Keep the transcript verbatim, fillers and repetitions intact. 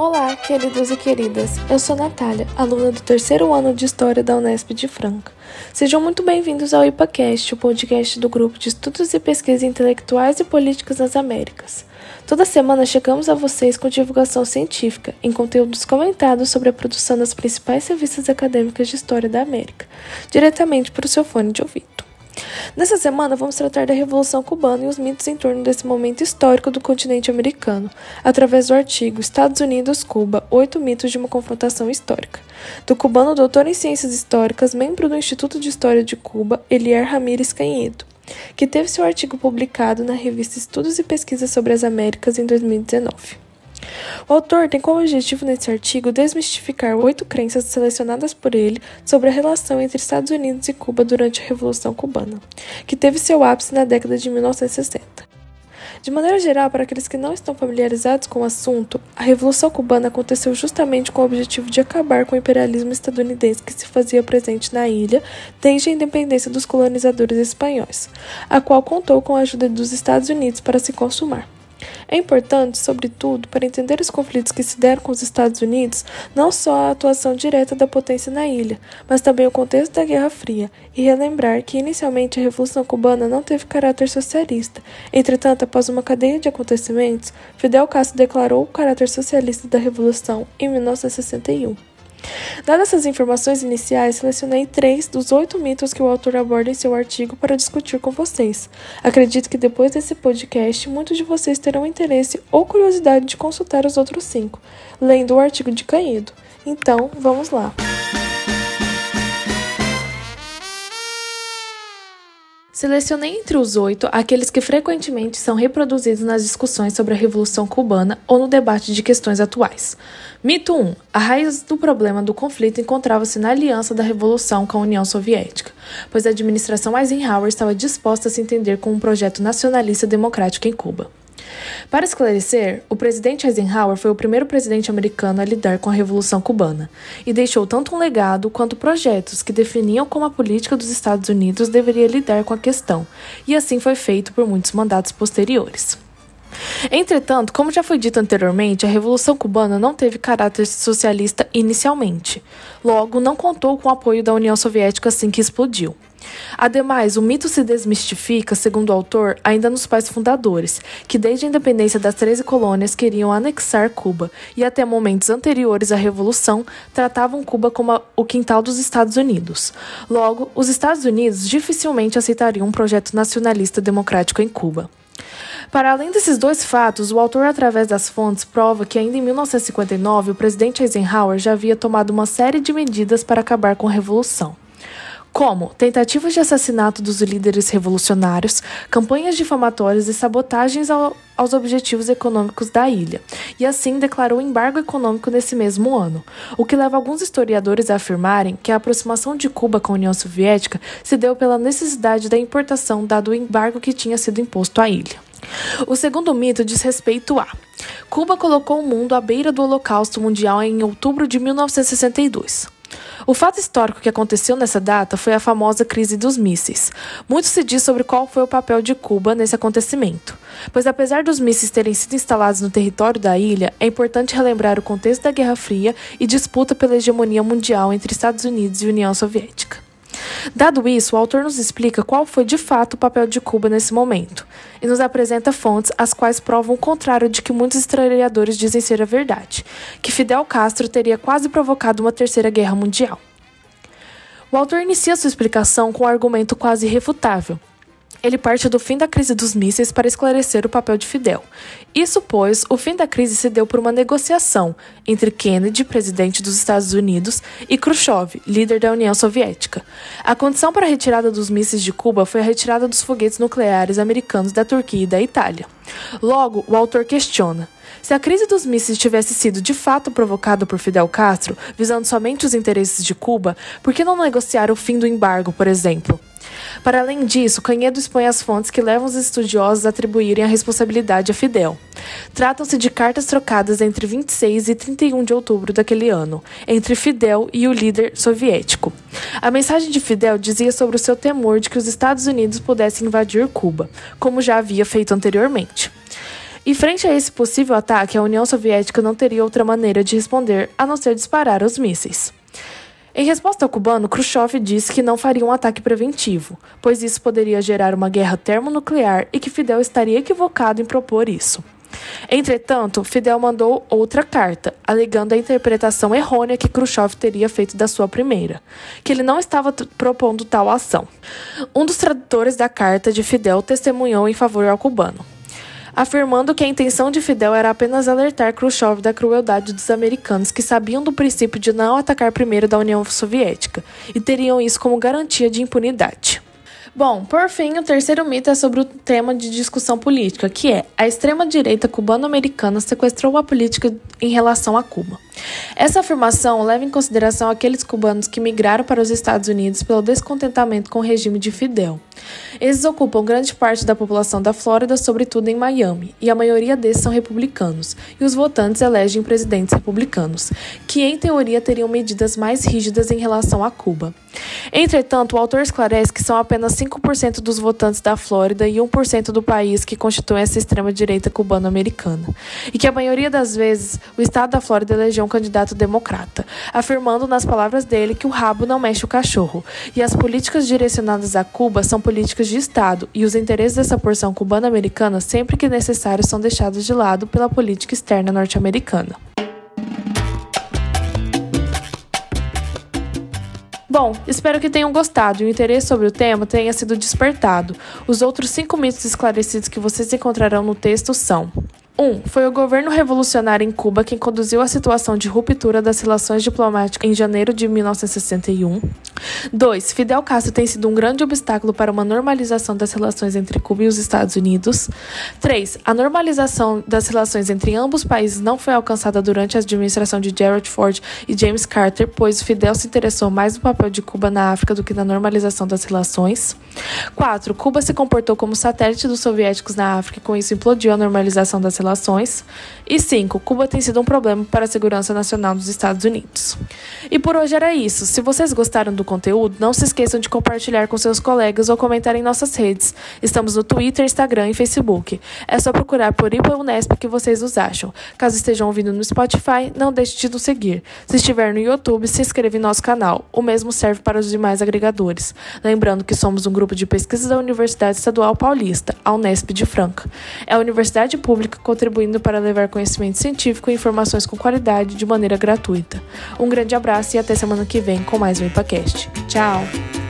Olá, queridos e queridas. Eu sou Natália, aluna do terceiro ano de História da Unesp de Franca. Sejam muito bem-vindos ao IPAcast, o podcast do Grupo de Estudos e Pesquisa Intelectuais e Políticas nas Américas. Toda semana chegamos a vocês com divulgação científica, em conteúdos comentados sobre a produção das principais revistas acadêmicas de História da América, diretamente para o seu fone de ouvido. Nessa semana, vamos tratar da Revolução Cubana e os mitos em torno desse momento histórico do continente americano, através do artigo Estados Unidos-Cuba, oito mitos de uma confrontação histórica, do cubano doutor em Ciências Históricas, membro do Instituto de História de Cuba, Elier Ramírez Canhedo, que teve seu artigo publicado na revista Estudos e Pesquisas sobre as Américas em dois mil e dezenove. O autor tem como objetivo nesse artigo desmistificar oito crenças selecionadas por ele sobre a relação entre Estados Unidos e Cuba durante a Revolução Cubana, que teve seu ápice na década de mil novecentos e sessenta. De maneira geral, para aqueles que não estão familiarizados com o assunto, a Revolução Cubana aconteceu justamente com o objetivo de acabar com o imperialismo estadunidense que se fazia presente na ilha desde a independência dos colonizadores espanhóis, a qual contou com a ajuda dos Estados Unidos para se consumar. É importante, sobretudo, para entender os conflitos que se deram com os Estados Unidos, não só a atuação direta da potência na ilha, mas também o contexto da Guerra Fria, e relembrar que inicialmente a Revolução Cubana não teve caráter socialista. Entretanto, após uma cadeia de acontecimentos, Fidel Castro declarou o caráter socialista da Revolução em mil novecentos e sessenta e um. Dadas essas informações iniciais, selecionei três dos oito mitos que o autor aborda em seu artigo para discutir com vocês. Acredito que depois desse podcast, muitos de vocês terão interesse ou curiosidade de consultar os outros cinco, lendo o artigo de Canhedo. Então, vamos lá! Selecionei entre os oito aqueles que frequentemente são reproduzidos nas discussões sobre a Revolução Cubana ou no debate de questões atuais. Mito um. A raiz do problema do conflito encontrava-se na aliança da Revolução com a União Soviética, pois a administração Eisenhower estava disposta a se entender com um projeto nacionalista democrático em Cuba. Para esclarecer, o presidente Eisenhower foi o primeiro presidente americano a lidar com a Revolução Cubana e deixou tanto um legado quanto projetos que definiam como a política dos Estados Unidos deveria lidar com a questão, e assim foi feito por muitos mandatos posteriores. Entretanto, como já foi dito anteriormente, a Revolução Cubana não teve caráter socialista inicialmente, logo não contou com o apoio da União Soviética assim que explodiu. Ademais, o mito se desmistifica, segundo o autor, ainda nos pais fundadores, que desde a independência das treze colônias queriam anexar Cuba e até momentos anteriores à Revolução tratavam Cuba como o quintal dos Estados Unidos. Logo, os Estados Unidos dificilmente aceitariam um projeto nacionalista democrático em Cuba. Para além desses dois fatos, o autor, através das fontes, prova que ainda em mil novecentos e cinquenta e nove o presidente Eisenhower já havia tomado uma série de medidas para acabar com a Revolução, como tentativas de assassinato dos líderes revolucionários, campanhas difamatórias e sabotagens ao, aos objetivos econômicos da ilha, e assim declarou um embargo econômico nesse mesmo ano, o que leva alguns historiadores a afirmarem que a aproximação de Cuba com a União Soviética se deu pela necessidade da importação dado o embargo que tinha sido imposto à ilha. O segundo mito diz respeito a Cuba colocou o mundo à beira do Holocausto Mundial em outubro de mil novecentos e sessenta e dois. O fato histórico que aconteceu nessa data foi a famosa crise dos mísseis. Muito se diz sobre qual foi o papel de Cuba nesse acontecimento, pois apesar dos mísseis terem sido instalados no território da ilha, é importante relembrar o contexto da Guerra Fria e disputa pela hegemonia mundial entre Estados Unidos e União Soviética. Dado isso, o autor nos explica qual foi de fato o papel de Cuba nesse momento, e nos apresenta fontes as quais provam o contrário de que muitos historiadores dizem ser a verdade, que Fidel Castro teria quase provocado uma terceira guerra mundial. O autor inicia sua explicação com um argumento quase irrefutável. Ele parte do fim da crise dos mísseis para esclarecer o papel de Fidel. Isso pois, o fim da crise se deu por uma negociação entre Kennedy, presidente dos Estados Unidos, e Khrushchev, líder da União Soviética. A condição para a retirada dos mísseis de Cuba foi a retirada dos foguetes nucleares americanos da Turquia e da Itália. Logo, o autor questiona: se a crise dos mísseis tivesse sido de fato provocada por Fidel Castro, visando somente os interesses de Cuba, por que não negociar o fim do embargo, por exemplo? Para além disso, Canhedo expõe as fontes que levam os estudiosos a atribuírem a responsabilidade a Fidel. Tratam-se de cartas trocadas entre vinte e seis e trinta e um de outubro daquele ano, entre Fidel e o líder soviético. A mensagem de Fidel dizia sobre o seu temor de que os Estados Unidos pudessem invadir Cuba, como já havia feito anteriormente. E frente a esse possível ataque, a União Soviética não teria outra maneira de responder a não ser disparar os mísseis. Em resposta ao cubano, Khrushchev disse que não faria um ataque preventivo, pois isso poderia gerar uma guerra termonuclear e que Fidel estaria equivocado em propor isso. Entretanto, Fidel mandou outra carta, alegando a interpretação errônea que Khrushchev teria feito da sua primeira, que ele não estava t- propondo tal ação. Um dos tradutores da carta de Fidel testemunhou em favor ao cubano, afirmando que a intenção de Fidel era apenas alertar Khrushchev da crueldade dos americanos, que sabiam do princípio de não atacar primeiro da União Soviética e teriam isso como garantia de impunidade. Bom, por fim, o terceiro mito é sobre o tema de discussão política, que é: a extrema-direita cubano-americana sequestrou a política em relação a Cuba. Essa afirmação leva em consideração aqueles cubanos que migraram para os Estados Unidos pelo descontentamento com o regime de Fidel. Esses ocupam grande parte da população da Flórida, sobretudo em Miami, e a maioria desses são republicanos, e os votantes elegem presidentes republicanos, que em teoria teriam medidas mais rígidas em relação a Cuba. Entretanto, o autor esclarece que são apenas cinco por cento dos votantes da Flórida e um por cento do país que constituem essa extrema-direita cubano-americana, e que a maioria das vezes o estado da Flórida elegeu um candidato democrata, afirmando nas palavras dele que o rabo não mexe o cachorro, e as políticas direcionadas a Cuba são políticas de Estado, e os interesses dessa porção cubano-americana, sempre que necessário, são deixados de lado pela política externa norte-americana. Bom, espero que tenham gostado e o interesse sobre o tema tenha sido despertado. Os outros cinco mitos esclarecidos que vocês encontrarão no texto são: um. Foi o governo revolucionário em Cuba quem conduziu a situação de ruptura das relações diplomáticas em janeiro de mil novecentos e sessenta e um. dois. Fidel Castro tem sido um grande obstáculo para uma normalização das relações entre Cuba e os Estados Unidos. três. A normalização das relações entre ambos países não foi alcançada durante a administração de Gerald Ford e James Carter, pois Fidel se interessou mais no papel de Cuba na África do que na normalização das relações. quatro. Cuba se comportou como satélite dos soviéticos na África e com isso implodiu a normalização das relações. E cinco. Cuba tem sido um problema para a segurança nacional dos Estados Unidos. E por hoje era isso. Se vocês gostaram do conteúdo, não se esqueçam de compartilhar com seus colegas ou comentar em nossas redes. Estamos no Twitter, Instagram e Facebook. É só procurar por I P A Unesp que vocês nos acham. Caso estejam ouvindo no Spotify, não deixe de nos seguir. Se estiver no YouTube, se inscreva em nosso canal. O mesmo serve para os demais agregadores. Lembrando que somos um grupo de pesquisa da Universidade Estadual Paulista, a Unesp de Franca. É a universidade pública contribuindo para levar conhecimento científico e informações com qualidade de maneira gratuita. Um grande abraço e até semana que vem com mais um IPAcast. Tchau!